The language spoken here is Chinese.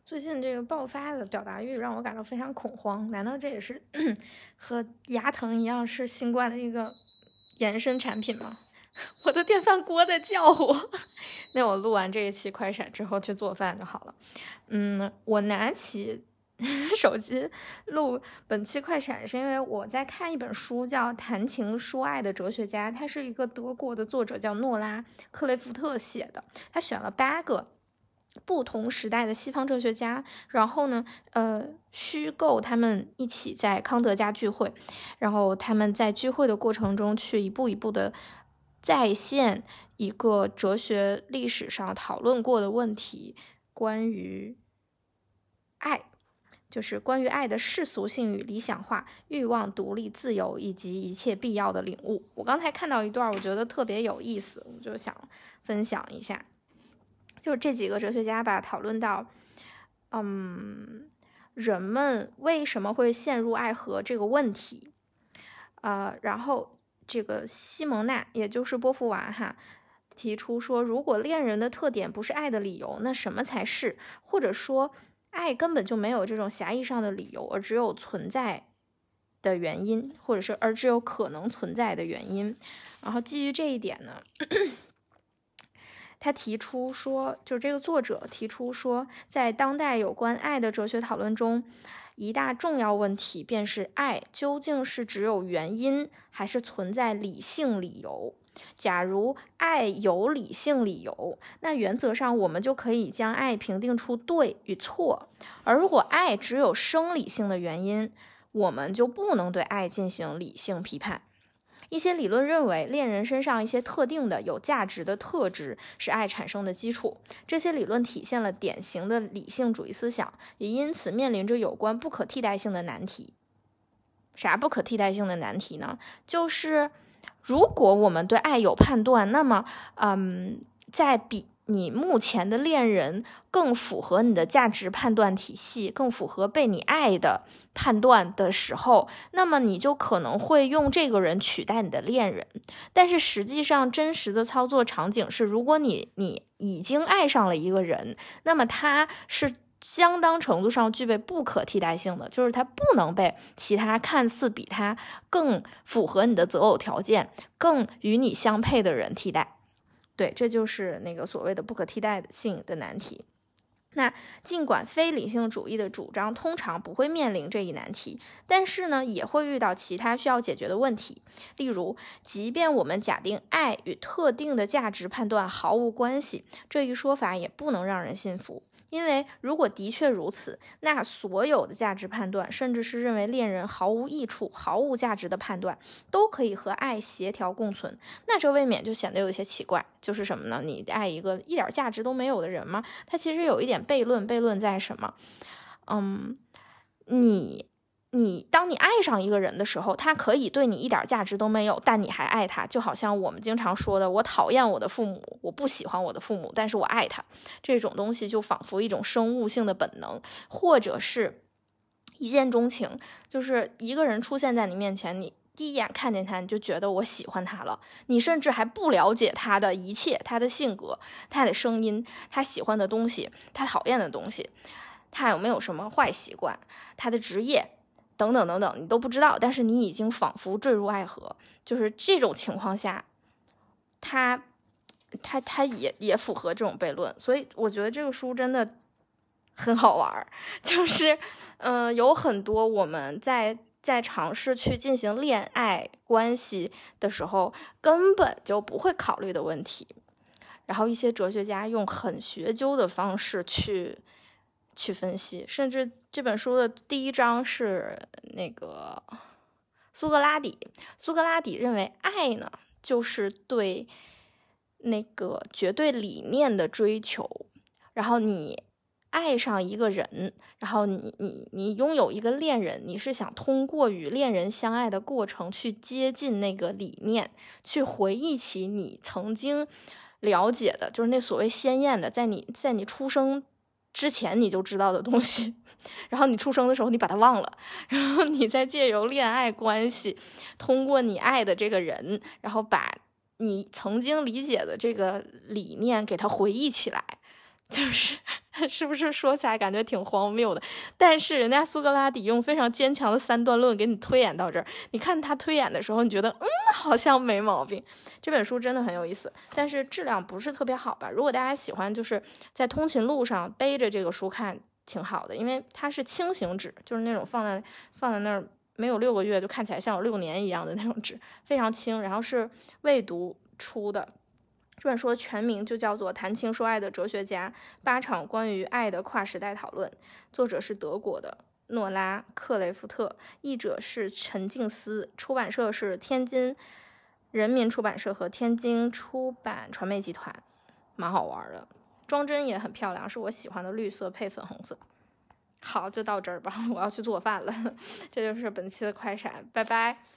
最近这个爆发的表达欲让我感到非常恐慌，难道这也是和牙疼一样是新冠的一个延伸产品吗？我的电饭锅在叫我。那我录完这一期快闪之后去做饭就好了。我拿起手机录本期快闪是因为我在看一本书叫《谈情说爱的哲学家》，他是一个德国的作者叫诺拉·克雷夫特写的，他选了8个不同时代的西方哲学家，然后呢虚构他们一起在康德家聚会，然后他们在聚会的过程中去一步一步的再现一个哲学历史上讨论过的问题，关于爱，就是关于爱的世俗性与理想化、欲望、独立、自由以及一切必要的领悟。我刚才看到一段我觉得特别有意思，我就想分享一下。就是这几个哲学家吧，讨论到人们为什么会陷入爱河这个问题。然后这个西蒙娜，也就是波伏娃哈，提出说，如果恋人的特点不是爱的理由，那什么才是？或者说爱根本就没有这种狭义上的理由，而只有存在的原因，或者是而只有可能存在的原因。然后基于这一点呢，他提出说，就这个作者提出说，在当代有关爱的哲学讨论中，一大重要问题便是爱究竟是只有原因，还是存在理性理由？假如爱有理性理由，那原则上我们就可以将爱评定出对与错；而如果爱只有生理性的原因，我们就不能对爱进行理性批判。一些理论认为，恋人身上一些特定的有价值的特质是爱产生的基础。这些理论体现了典型的理性主义思想，也因此面临着有关不可替代性的难题。啥不可替代性的难题呢？就是如果我们对爱有判断，那么在比你目前的恋人更符合你的价值判断体系，更符合被你爱的判断的时候，那么你就可能会用这个人取代你的恋人。但是实际上真实的操作场景是，如果你已经爱上了一个人，那么他是相当程度上具备不可替代性的，就是他不能被其他看似比他更符合你的择偶条件、更与你相配的人替代。对，这就是那个所谓的不可替代性的难题。那尽管非理性主义的主张通常不会面临这一难题，但是呢，也会遇到其他需要解决的问题。例如，即便我们假定爱与特定的价值判断毫无关系，这一说法也不能让人信服。因为如果的确如此，那所有的价值判断，甚至是认为恋人毫无益处、毫无价值的判断，都可以和爱协调共存，那这未免就显得有些奇怪。就是什么呢？你爱一个一点价值都没有的人吗？他其实有一点悖论，悖论在什么？当你爱上一个人的时候，他可以对你一点价值都没有，但你还爱他，就好像我们经常说的，我讨厌我的父母，我不喜欢我的父母，但是我爱他，这种东西就仿佛一种生物性的本能，或者是一见钟情，就是一个人出现在你面前，你第一眼看见他，你就觉得我喜欢他了，你甚至还不了解他的一切，他的性格，他的声音，他喜欢的东西，他讨厌的东西，他有没有什么坏习惯，他的职业等等等等，你都不知道，但是你已经仿佛坠入爱河。就是这种情况下，他也符合这种悖论。所以我觉得这个书真的很好玩，就是有很多我们在尝试去进行恋爱关系的时候根本就不会考虑的问题，然后一些哲学家用很学究的方式去分析。甚至这本书的第1章是那个苏格拉底认为爱呢，就是对那个绝对理念的追求。然后你爱上一个人，然后你拥有一个恋人，你是想通过与恋人相爱的过程去接近那个理念，去回忆起你曾经了解的，就是那所谓鲜艳的，在你出生之前你就知道的东西，然后你出生的时候你把它忘了，然后你再借由恋爱关系，通过你爱的这个人，然后把你曾经理解的这个理念给它回忆起来。 就是是不是说起来感觉挺荒谬的？但是人家苏格拉底用非常坚强的3段论给你推演到这儿，你看他推演的时候，你觉得好像没毛病。这本书真的很有意思，但是质量不是特别好吧？如果大家喜欢，就是在通勤路上背着这个书看，挺好的，因为它是轻型纸，就是那种放在那儿没有6个月就看起来像有6年一样的那种纸，非常轻，然后是未读出的。这本书的全名就叫做《谈情说爱的哲学家：8场关于爱的跨时代讨论》，作者是德国的诺拉·克雷夫特，译者是陈静思，出版社是天津人民出版社和天津出版传媒集团，蛮好玩的。装帧也很漂亮，是我喜欢的绿色配粉红色。好，就到这儿吧，我要去做饭了。这就是本期的快闪，拜拜。